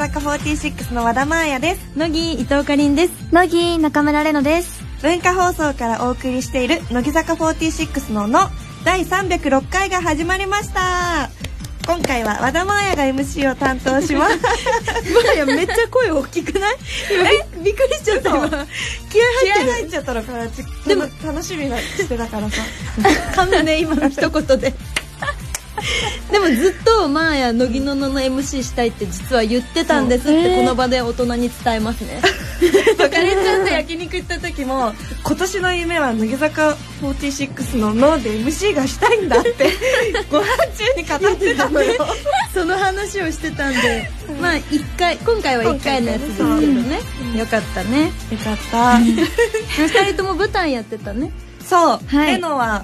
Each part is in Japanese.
坂46の和田真彩です。 乃木伊藤かりんです。 乃木中村れのです。 文化放送からお送りしている乃木坂46の第306回が始まりました。今回は和田真彩が MC を担当します。 真彩めっちゃ声大きくない？びっくりしちゃった今。気合入っちゃったのからでも楽しみにしてたからさ。 噛むね今の一言で。でもずっとマーヤ乃木のMC したいって実は言ってたんですってこの場で大人に伝えますね。 かりんちゃんと焼肉行った時も今年の夢は乃木坂46ので MC がしたいんだってご飯中に語ってたのよ。 その話をしてたんで、まあ1回今回は1回のやつですけどね。よかったね。 よかった。 2人とも舞台やってたね。 そう。レノは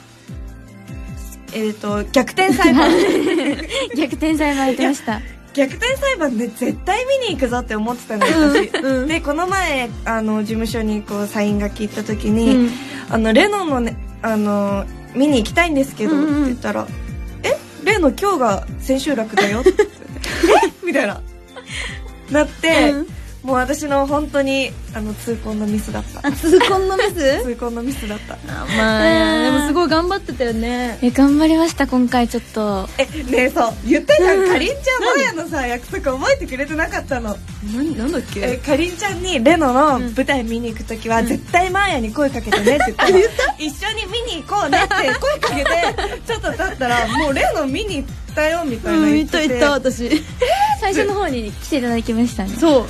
逆転裁判逆転裁判やってました。 逆転裁判で絶対見に行くぞって思ってたのよ私、でこの前事務所にこうサイン書き行った時に、レノのね見に行きたいんですけど、って言ったらレノ今日が千秋楽だよってみたいななって、もう私の本当に痛恨のミスだった。 痛恨のミス？ 痛恨のミスだった。 まあでもすごい頑張ってたよね。 頑張りました今回ちょっと。 ねえそう言ったじゃん。かりんちゃんマヤのさ約束覚えてくれてなかったの。 なんだっけ？ かりんちゃんにレノの舞台見に行くときは絶対マヤに声かけてねって言ったの。一緒に見に行こうねって声かけてちょっと経ったらもうレノ見に行ったよみたいな言ってて。 言った私。 最初の方に来ていただきましたね。 そう。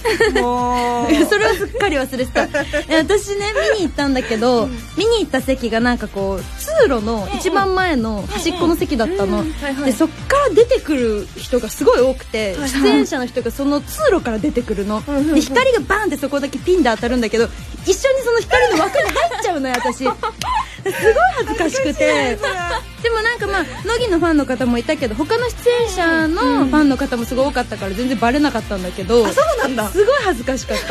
もうそれはすっかり忘れてた。私ね見に行ったんだけど、見に行った席がなんかこう通路の一番前の端っこの席だったの。でそっから出てくる人がすごい多くて、出演者の人がその通路から出てくるの。で光がバーンってそこだけピンで当たるんだけど、一緒にその光の枠に入っちゃうのよ私。すごい恥ずかしくて。でもなんかまあ乃木のファンの方もいたけど、他の出演者のファンの方もすごい多かったから全然バレなかったんだけど、 そうなんだ。 すごい恥ずかしかった。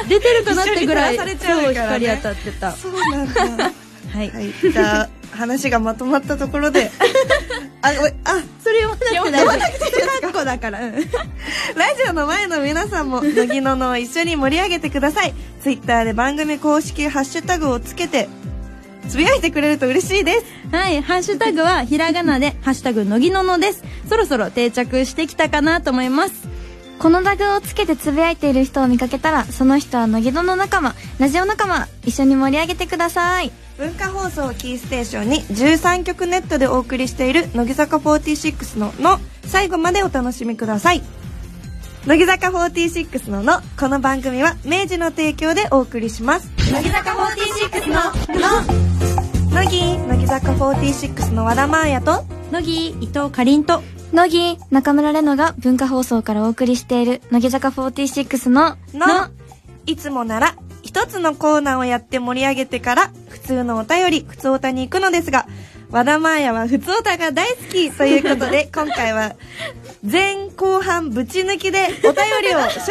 出てるかなってぐらいそう光当たってた。 そうなんだ。はい、じゃあ話がまとまったところでそれ読まなくて大丈夫。中学校だから。 ラジオの前の皆さんも乃木のを一緒に盛り上げてください。ツイッターで番組公式ハッシュタグをつけてつぶやいてくれると嬉しいです。 はい、ハッシュタグはひらがなでハッシュタグ乃木ののです。そろそろ定着してきたかなと思います。 このタグをつけてつぶやいている人を見かけたら、その人は乃木のの仲間、ラジオ仲間、一緒に盛り上げてください。 文化放送をキーステーションに13曲ネットでお送りしている乃木坂46の最後までお楽しみください。乃木坂46のこの番組は明治の提供でお送りします。乃木坂46乃木坂46の和田真彩と乃木伊藤かりんと乃木中村れのが文化放送からお送りしている乃木坂46のいつもなら一つのコーナーをやって盛り上げてから普通のお便りふつおたに行くのですが、和田真彩はふつおたが大好きということで今回は前後半ぶち抜きでお便りを紹介します。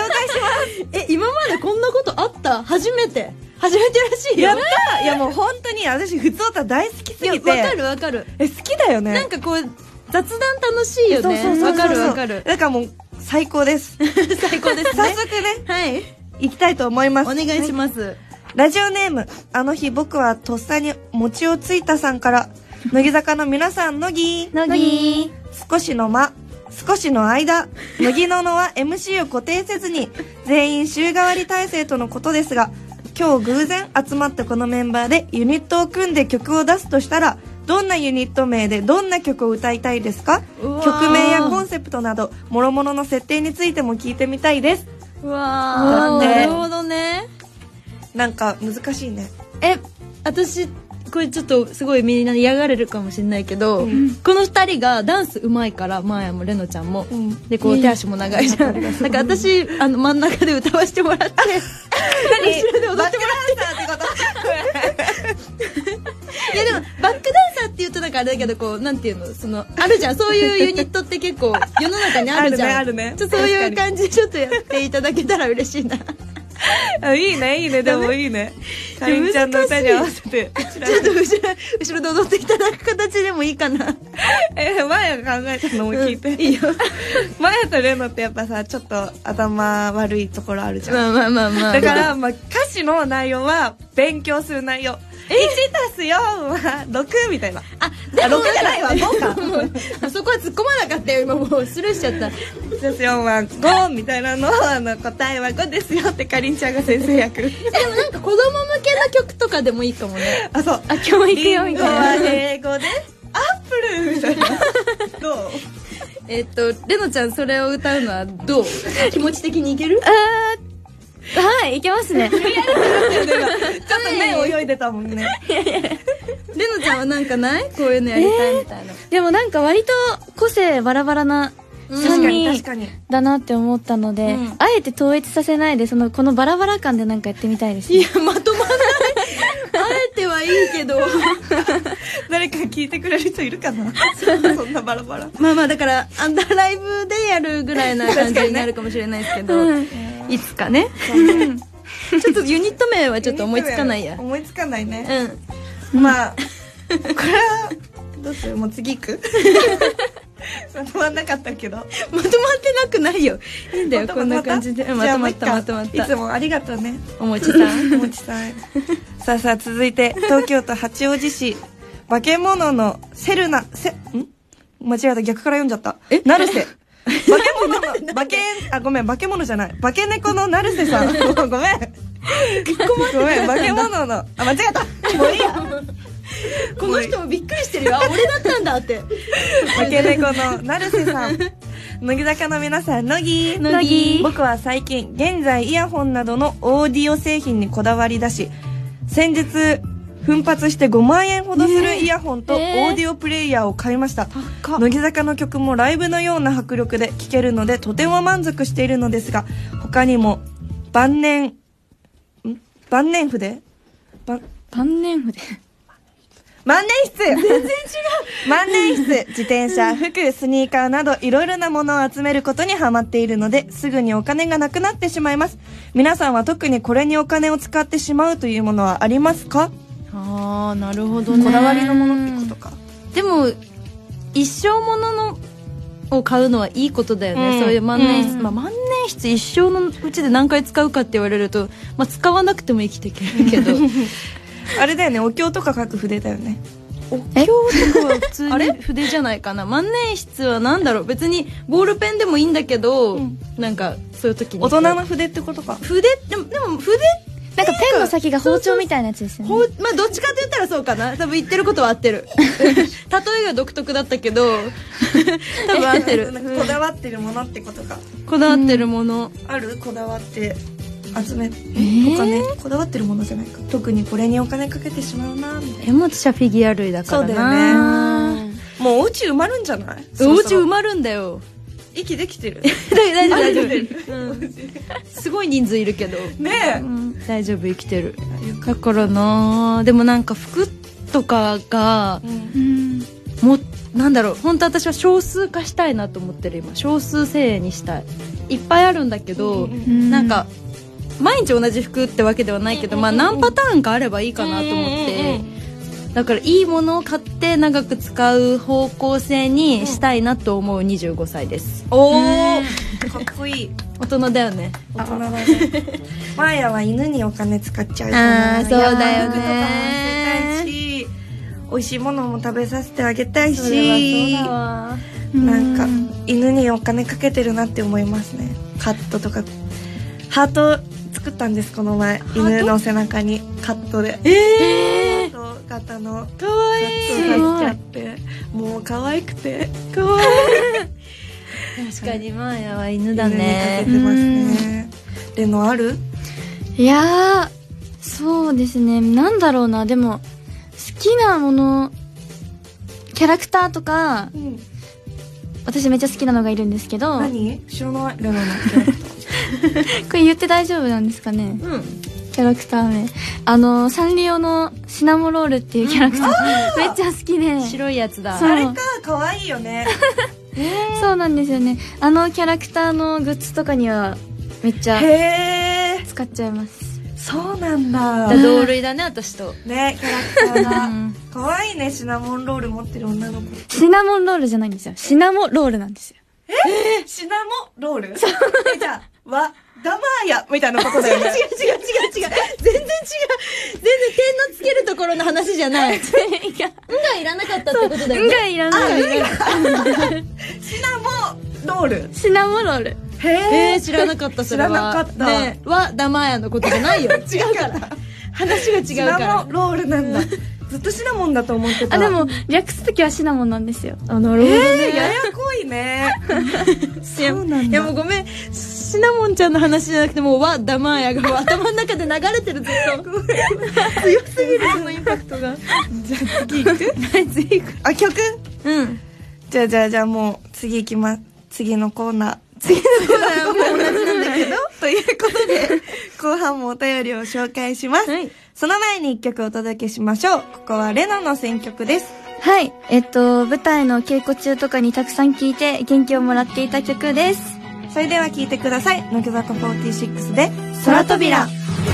今までこんなことあった？初めてらしいよ。 やった。いやもう本当に私ふつおた大好きすぎて。 わかる。 好きだよね。 なんかこう雑談楽しいよね。わかる。 だからもう最高です。 最高ですね。 早速ね。 はい。 行きたいと思います。 お願いします。 ラジオネームあの日僕はとっさに餅をついたさんから、乃木坂の皆さん乃木少しの間少しの間、乃木のは MC を固定せずに全員週替わり体制とのことですが、今日偶然集まったこのメンバーでユニットを組んで曲を出すとしたらどんなユニット名でどんな曲を歌いたいですか？曲名やコンセプトなど諸々の設定についても聞いてみたいです。 うわー、なるほどね。 なんか難しいね。 私これちょっとすごいみんな嫌がれるかもしれないけど、この2人がダンスうまいから、マーヤもレノちゃんも、でこう手足も長いじゃん。なんか私真ん中で歌わせてもらって後ろで踊ってもらっていやでもバックダンサーって言うとなんかあれだけど、こうなんていうの、そのあるじゃん、そういうユニットって結構世の中にあるじゃん。 あるね。 そういう感じでちょっとやっていただけたら嬉しいな。 いいねいいね、でもいいね。かりんちゃんの歌に合わせてちょっと後ろで踊ってきた形でもいいかな。 マヤが考えたのも聞いて、 いいよ。 マヤとレノってやっぱさ、ちょっと頭悪いところあるじゃん。 まあだから、歌詞の内容は勉強する内容。1+4 は6みたいな。6じゃないわ、5か。 もうそこは突っ込まなかったよ、今もうスルーしちゃった。 1+4 は5みたいなのを、答えは5ですよってかりんちゃんが先生役。でもなんか子供向けの曲とかでもいいかもね。 そう。 教育よみたいな。 リンゴは英語でアップルみたいな。どう？ レノちゃんそれを歌うのはどう？気持ち的にいける？ はい、いけますね。 ちょっと目泳いでたもんね。 レノちゃんはなんかない？こういうのやりたいみたいな。 でもなんか割と個性バラバラな3人だなって思ったので、あえて統一させないで、このバラバラ感でなんかやってみたいですね。 いや、まとまらない。あえてはいいけど。 誰か聞いてくれる人いるかな。そんなバラバラ。 まあだからアンダーライブでやるぐらいな感じになるかもしれないですけど、いつかね。ちょっとユニット名はちょっと思いつかないや。 思いつかないね。まあこれはどうする？もう次行く？まとまんなかったけど。 まとまってなくないよ。いいんだよ、こんな感じで。まとまった。 いつもありがとうね、 おもちさん。 おもちさん。さあ続いて東京都八王子市、化け物のセルナ間違えた、逆から読んじゃった。成瀬。ごめん、化け物じゃない。化け猫の成瀬さん。ごめん。ごめん、化け物の、間違えた。もういいや。 この人もびっくりしてるよ。俺だったんだって。 化け猫の成瀬さん。乃木坂の皆さん、乃木。僕は最近、現在イヤホンなどのオーディオ製品にこだわり出し、先日、奮発して5万円ほどするイヤホンとオーディオプレイヤーを買いました。乃木坂の曲もライブのような迫力で聴けるのでとても満足しているのですが、他にも万年筆全然違う。万年筆、自転車、服、スニーカーなどいろいろなものを集めることにハマっているので、すぐにお金がなくなってしまいます。皆さんは特にこれにお金を使ってしまうというものはありますか？ なるほどね。 こだわりのものってことか。 でも一生ものを買うのはいいことだよね。そういう万年筆、万年筆一生のうちで何回使うかって言われると、使わなくても生きていけるけどあれだよね、お経とか書く筆だよね。 お経とかは普通に筆じゃないかな。万年筆はなんだろう、別にボールペンでもいいんだけど、なんかそういう時に大人の筆ってことか。 筆でも筆なんかペンの先が包丁みたいなやつですよね。 どっちかって言ったらそうかな。多分言ってることは合ってる。例えが独特だったけど多分合ってる。 こだわってるものってことか。 こだわってるものある？こだわって集めお金、こだわってるものじゃないか。特にこれにお金かけてしまうなみたいな。 私はフィギュア類だからな。 そうだよね。もうお家埋まるんじゃない？ お家埋まるんだよ。 息できてる？ 大丈夫。すごい人数いるけどねえ、大丈夫、生きてる。だからな。でもなんか服とかがもうなんだろう、本当私は少数化したいなと思ってる今。少数精鋭にしたい。いっぱいあるんだけど、なんか毎日同じ服ってわけではないけど、何パターンかあればいいかなと思って、だからいいものを買って長く使う方向性にしたいなと思う25歳です。 おー、かっこいい。 大人だよね。 大人だね。マーヤは犬にお金使っちゃうから。そうだよね。 服とかも捨てたいし、美味しいものも食べさせてあげたいし、なんか犬にお金かけてるなって思いますね。カットとかハート作ったんです、この前。犬の背中にカットで。型のかわいい。 カットさせちゃって、もう可愛くてかわいい。確かにマーヤは犬だね。 犬にかけてますね。レノある？ いやー、そうですね、なんだろうな。でも好きなもの、キャラクターとか、私めっちゃ好きなのがいるんですけど。 何？知らない。レノのキャラクターこれ言って大丈夫なんですかね？キャラクター名、サンリオのシナモロールっていうキャラクターめっちゃ好きで。 白いやつだ。 あれか、可愛いよね。 そうなんですよね。キャラクターのグッズとかにはめっちゃ使っちゃいます。 そうなんだ。 同類だね、私と。 ね、キャラクターが。かわいいね、シナモンロール持ってる女の子。 シナモンロールじゃないんですよ。シナモロールなんですよ。 シナモロール？じゃあ、ダマーヤみたいなことだよね。 違う。全然違う。全然点のつけるところの話じゃない。がいらなかったってことだよね。 がいらない。 シナモロール。 シナモロール。 へえ、知らなかった、それは。 知らなかった。 ね、ダマーヤのことじゃないよ。違うから。話が違うから。シナモロールなんだ。ずっとシナモンだと思ってた。 でも、略すときはシナモンなんですよ。 なるほどね。 ややこいね。そうなんだ。 いや、もうごめん。シナモンちゃんの話じゃなくて、もうダマーヤが頭の中で流れてる、ずっと。強すぎる、そのインパクトが。 じゃあ次行く？ はい、次行く。 あ、曲？ うん。 じゃあもう、次行きます。次のコーナー。次のコーナーも同じなんだけど、ということで、後半もお便りを紹介します。はい。その前に一曲お届けしましょう。ここはレノの選曲です。 はい。舞台の稽古中とかにたくさん聴いて元気をもらっていた曲です。 それでは聴いてください。乃木坂46で空扉。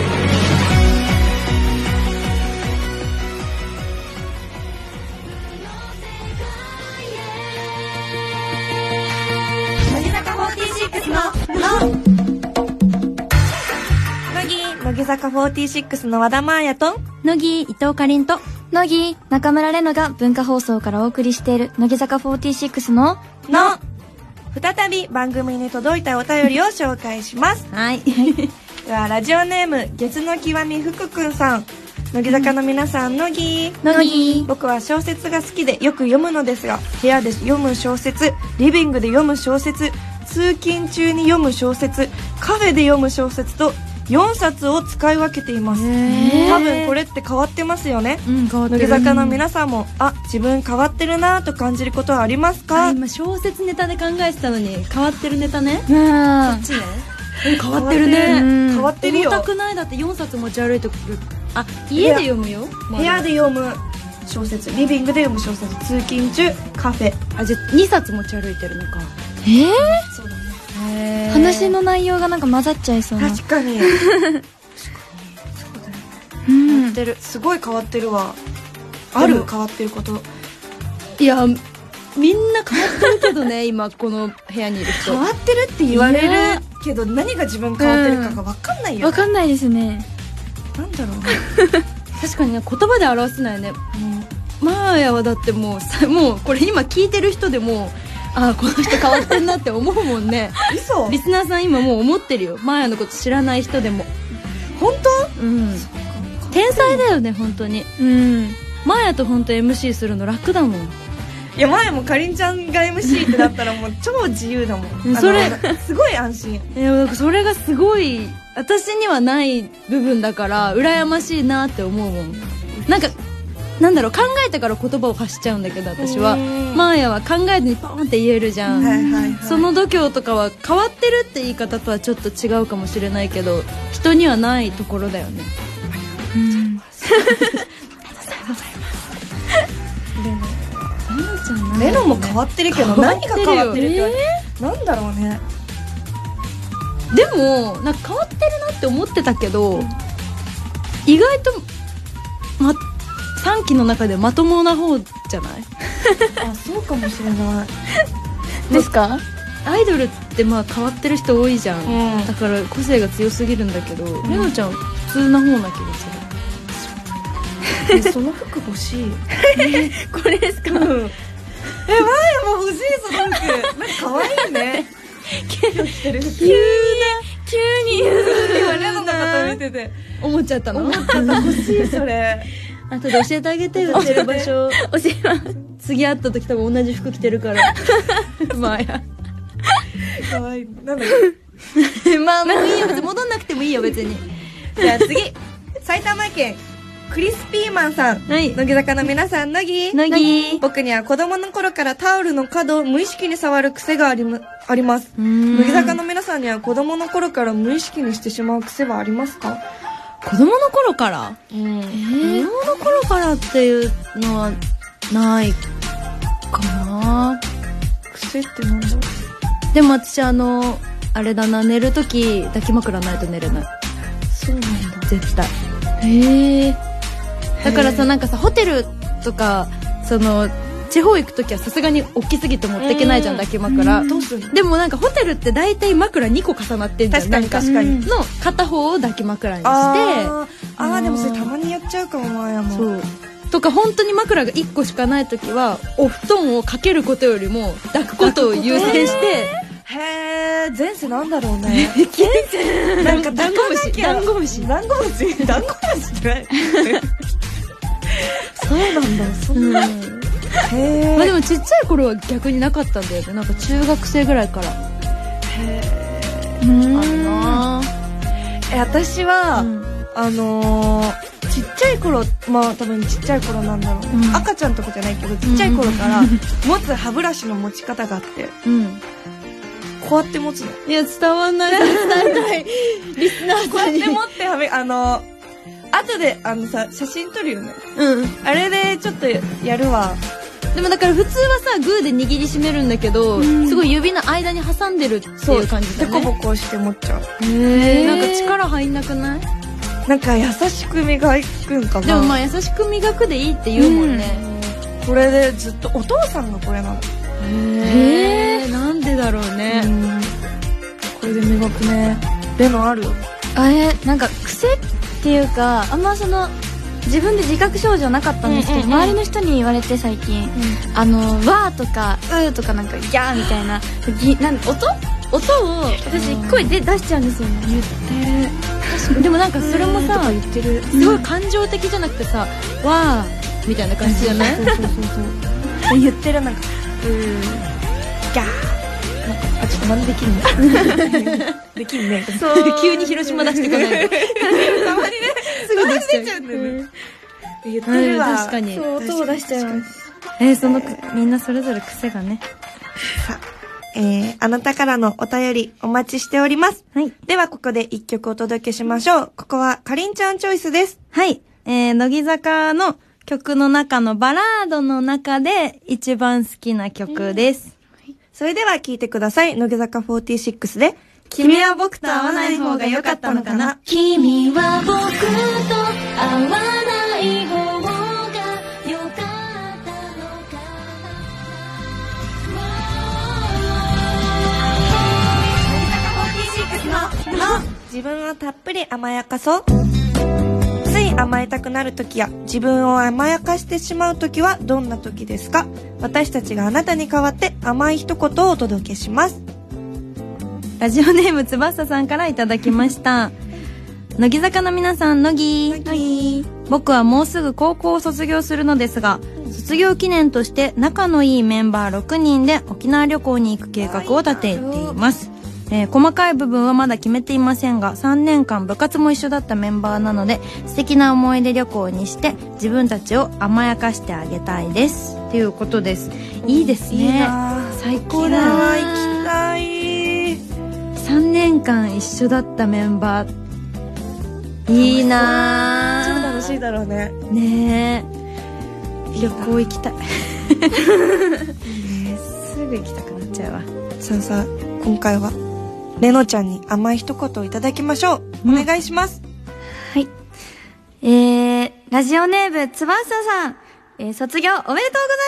乃木坂46の乃木坂46の和田真彩と乃木伊藤かりんと乃木中村れのが文化放送からお送りしている乃木坂46の再び番組に届いたお便りを紹介します。 はい。 ではラジオネーム月の極み福くんさん。乃木坂の皆さん、乃木。僕は小説が好きでよく読むのですが、部屋で読む小説、リビングで読む小説、通勤中に読む小説、カフェで読む小説と4冊を使い分けています。多分これって変わってますよね。変わってる。乃木坂の皆さんも自分変わってるなと感じることはありますか？ 今小説ネタで考えてたのに変わってるネタね。そっちね。変わってるね。 変わってるよ。 重たくない？だって4冊持ち歩いてくる。家で読むよ。 部屋で読む小説、リビングで読む小説、通勤中、カフェ。 じゃあ2冊持ち歩いてるのか。 そうだね。 話の内容がなんか混ざっちゃいそうな。 確かに。そうだね。変わってる。すごい変わってるわ。変わってること。 いや、みんな変わってるけどね、今この部屋にいる人。 変わってるって言われるけど、何が自分変わってるかが分かんないよ。 分かんないですね。 なんだろう。 確かにね、言葉で表せないね。マーヤはだってもうこれ今聞いてる人でもこの人変わってんなって思うもんね。 嘘？ リスナーさん今もう思ってるよ。マーヤのこと知らない人でも。 本当？ うん。天才だよね、本当に。マーヤと本当 MC するの楽だもん。 いや、前もかりんちゃんが MC ってなったらもう超自由だもん。それすごい安心。 いや、それがすごい私にはない部分だから羨ましいなって思うもん。なんだろう、考えてから言葉を発しちゃうんだけど、私はマーヤは考えずにポンって言えるじゃん。その度胸とかは変わってるって言い方とはちょっと違うかもしれないけど、人にはないところだよね。ありがとうございます。 レノも変わってるけど、何が変わってるってなんだろうね。 でもなんか変わってるなって思ってたけど、意外と3期の中でまともな方じゃない？ そうかもしれないですか？ アイドルって変わってる人多いじゃん。だから個性が強すぎるんだけど、レノちゃん普通な方な気がする。 その服欲しい。 これですか？前も欲しい、その服。なんか可愛いね。 急に今レノの方見てて思っちゃったの？ 欲しい、それ。 後で教えてあげてよ、売ってる場所。教えます。次会った時多分同じ服着てるから。まあや。 可愛い。なんだっけ。もういいよ、別に戻んなくてもいいよ、別に。 じゃあ次、埼玉県クリスピーマンさん。乃木坂の皆さん、乃木。僕には子供の頃からタオルの角を無意識に触る癖があります。乃木坂の皆さんには子供の頃から無意識にしてしまう癖はありますか？ 子供の頃から？子供の頃からっていうのはないかな。 癖ってなんだ？ でも私あれだな、寝るとき抱き枕ないと寝れない。 絶対。 へえ。 だからさ、なんかさ、ホテルとか地方行くときはさすがに大きすぎて持っていけないじゃん、抱き枕。 どうするの？ でもなんかホテルって大体枕2個重なってんじゃん。 確かに。 の片方を抱き枕にして。 でもそれたまにやっちゃうかも、マヤも。 そう。とか本当に枕が1個しかないときは、お布団をかけることよりも抱くことを優先して、 へー、前世なんだろうね。前世なんかダンゴムシってないそうなんだ、そんな。へー。 まあでもちっちゃい頃は逆になかったんだよね。なんか中学生ぐらいから。 へー。あるなぁ。私は、ちっちゃい頃、まあ多分ちっちゃい頃なんだろう。赤ちゃんとかじゃないけど、ちっちゃい頃から持つ歯ブラシの持ち方があって、こうやって持つの。 いや、伝わんない。伝えたい。リスナーさんに。 こうやって持って後で、写真撮るよね。あれでちょっとやるわ。 でもだから普通はさ、グーで握りしめるんだけど、すごい指の間に挟んでるっていう感じだね。 デコボコして持っちゃう。 なんか力入んなくない？ なんか優しく磨くんかな。 でもまあ優しく磨くでいいって言うもんね。 これでずっと、お父さんがこれなの。 なんでだろうね。 これで磨くね。レノあるよ。 なんか癖っていうか、あんま自分で自覚症状なかったんですけど、周りの人に言われて最近、わーとかうーとかなんかギャーみたいな音を私声で出しちゃうんですよね。 言ってる。確かに。でもなんかそれもさ、すごい感情的じゃなくてさ、わーみたいな感じじゃない？ そう言ってる、なんかギャー。ちょっと真似できるね。できるね。 そう。急に広島出してこないと。 たまにね、 すぐ出しちゃうんだよね。言ってるわ。 確かに。 そう、音を出しちゃいます。 みんなそれぞれ癖がね。 さあ、あなたからのお便りお待ちしております。 はい。 ではここで一曲お届けしましょう。ここはかりんちゃんチョイスです。 はい。乃木坂の曲の中のバラードの中で一番好きな曲です。 それでは聴いてください。乃木坂46で、君は僕と会わない方が良かったのかな。 君は僕と会わない方が良かったのかな。自分をたっぷり甘やかそう。つい甘えたくなるときや自分を甘やかしてしまうときはどんなときですか？私たちがあなたに代わって甘い一言をお届けします。 ラジオネームつばささんからいただきました。乃木坂の皆さん、乃木。僕はもうすぐ高校を卒業するのですが、卒業記念として仲のいいメンバー6人で沖縄旅行に行く計画を立てています。細かい部分はまだ決めていませんが、3年間部活も一緒だったメンバーなので、素敵な思い出旅行にして自分たちを甘やかしてあげたいですっていうことです。いいですね。 いいな、 最高だよ。 行きたい。 3年間一緒だったメンバー、いいな。 超楽しいだろうね。 ねえ、旅行行きたい。すぐ行きたくなっちゃうわ。 さあ今回はレノちゃんに甘い一言をいただきましょう。お願いします。 はい。ラジオネームつばささん、卒業おめでとうござい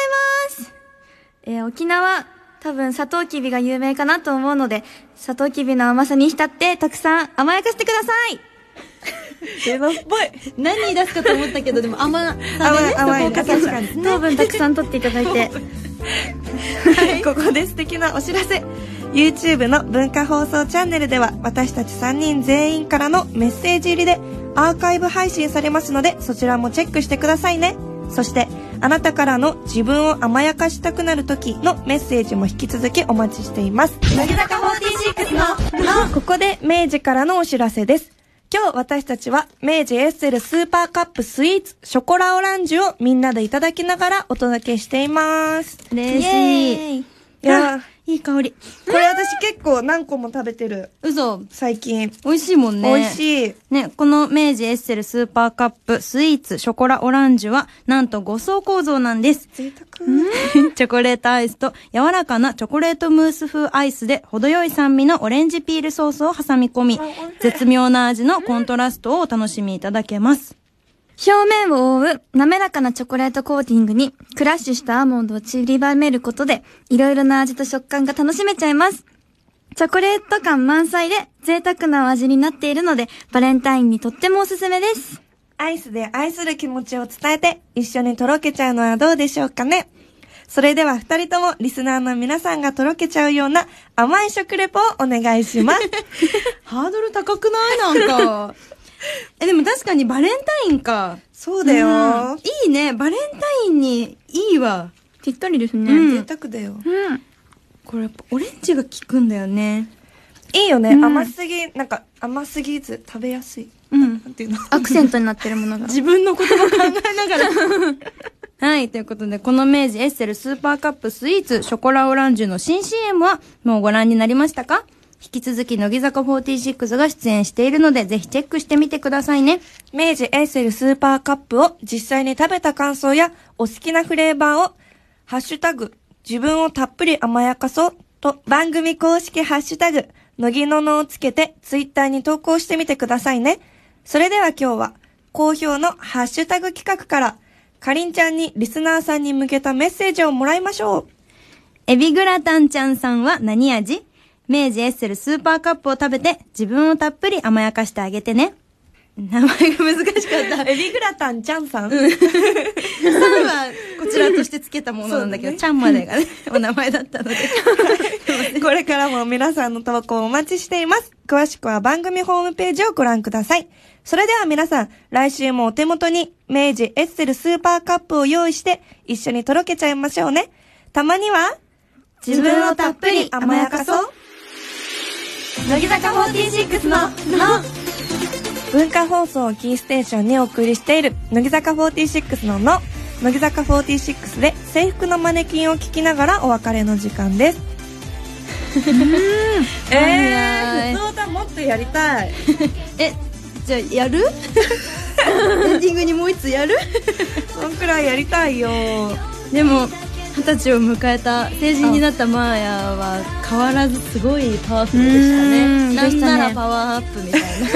ます。沖縄、多分サトウキビが有名かなと思うので、サトウキビの甘さに浸ってたくさん甘やかしてください。 レノっぽい。 何言い出すかと思ったけど、でも甘さでね、 甘い、 そこを確かに。 糖分たくさん取っていただいて。 はい、ここで素敵なお知らせ。YouTube の文化放送チャンネルでは私たち3人全員からのメッセージ入りでアーカイブ配信されますので、そちらもチェックしてくださいね。そしてあなたからの自分を甘やかしたくなる時のメッセージも引き続きお待ちしています。 乃木坂46のここで明治からのお知らせです。今日私たちは明治エッセルスーパーカップスイーツショコラオランジュをみんなでいただきながらお届けしています。 嬉しい。 いやいい香り。 これ私結構何個も食べてる。 嘘。 最近。 美味しいもんね。 美味しい。 ね、この明治エッセルスーパーカップスイーツショコラオランジュは、なんと5層構造なんです。 贅沢。 チョコレートアイスと柔らかなチョコレートムース風アイスで程よい酸味のオレンジピールソースを挟み込み、絶妙な味のコントラストをお楽しみいただけます。 表面を覆う滑らかなチョコレートコーティングにクラッシュしたアーモンドを散りばめることでいろいろな味と食感が楽しめちゃいます。チョコレート感満載で贅沢なお味になっているのでバレンタインにとってもおすすめです。 アイスで愛する気持ちを伝えて一緒にとろけちゃうのはどうでしょうかね。それでは二人ともリスナーの皆さんがとろけちゃうような甘い食レポをお願いします。 ハードル高くないなんか。でも確かにバレンタインか。 そうだよ。 いいね。バレンタインにいいわ。 ぴったりですね。 贅沢だよ。 これやっぱオレンジが効くんだよね。 いいよね。甘すぎず食べやすい。なんていうの？ アクセントになってるものが。 自分の言葉考えながら。はい、ということで、この明治エッセルスーパーカップスイーツショコラオランジュの新 CM はもうご覧になりましたか？引き続き乃木坂46が出演しているので、ぜひチェックしてみてくださいね。 明治エッセルスーパーカップを実際に食べた感想やお好きなフレーバーをハッシュタグ自分をたっぷり甘やかそうと番組公式ハッシュタグ乃木ののをつけてツイッターに投稿してみてくださいね。それでは今日は好評のハッシュタグ企画からかりんちゃんにリスナーさんに向けたメッセージをもらいましょう。 エビグラタンちゃんさんは何味？明治エッセルスーパーカップを食べて自分をたっぷり甘やかしてあげてね。名前が難しかった。 エビグラタンちゃんさん。 さんはこちらとしてつけたものなんだけど、ちゃんまでがね、お名前だったので。 これからも皆さんの投稿をお待ちしています。詳しくは番組ホームページをご覧ください。それでは皆さん、来週もお手元に明治エッセルスーパーカップを用意して一緒にとろけちゃいましょうね。たまには自分をたっぷり甘やかそう。乃木坂46の文化放送をキーステーションにお送りしている乃木坂46の乃木坂46で制服のマネキンを聞きながらお別れの時間です。普通だ、もっとやりたい。 じゃあやる？エンディングにもう一つやる？ そんくらいやりたいよ。 でも20歳を迎えた成人になったマーヤは変わらずすごいパワフルでしたね。なんならパワーアップみたいな。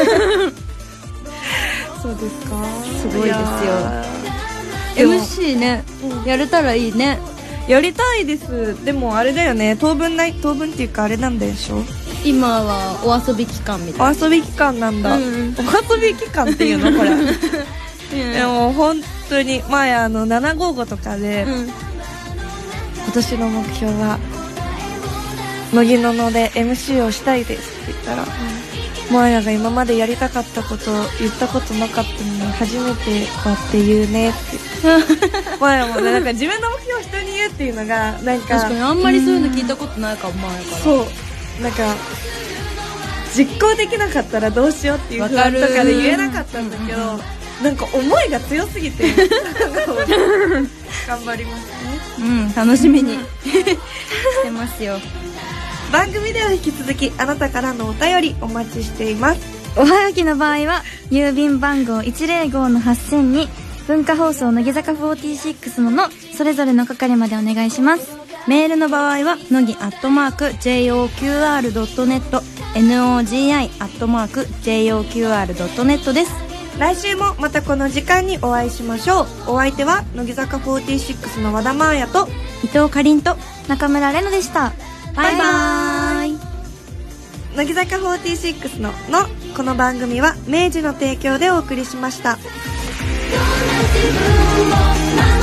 そうですか。 すごいですよ。MC ね、やれたらいいね。 やりたいです。でもあれだよね、当分っていうかあれなんでしょ。 今はお遊び期間みたいな。 お遊び期間なんだ。お遊び期間っていうのこれ。でも本当に前755とかで、今年の目標は乃木のので MC をしたいですって言ったら、マーヤが今までやりたかったことを言ったことなかったのに初めてこうやって言うねって言ってマーヤもね、なんか自分の目標を人に言うっていうのがなんか確かにあんまりそういうの聞いたことないかも。前からそうなんか実行できなかったらどうしようっていう不安とかで言えなかったんだけど、なんか思いが強すぎて頑張りますね。 楽しみにしてますよ。 番組では引き続きあなたからのお便りお待ちしています。 おはがきの場合は郵便番号 105-8000 に文化放送乃木坂46のそれぞれの係までお願いします。 メールの場合は乃木@joqr.net nogi@joqr.net です。 来週もまたこの時間にお会いしましょう。お相手は乃木坂46の和田真彩と伊藤かりんと中村玲奈でした。 バイバイ。 乃木坂46のこの番組は明治の提供でお送りしました。 どんな自分も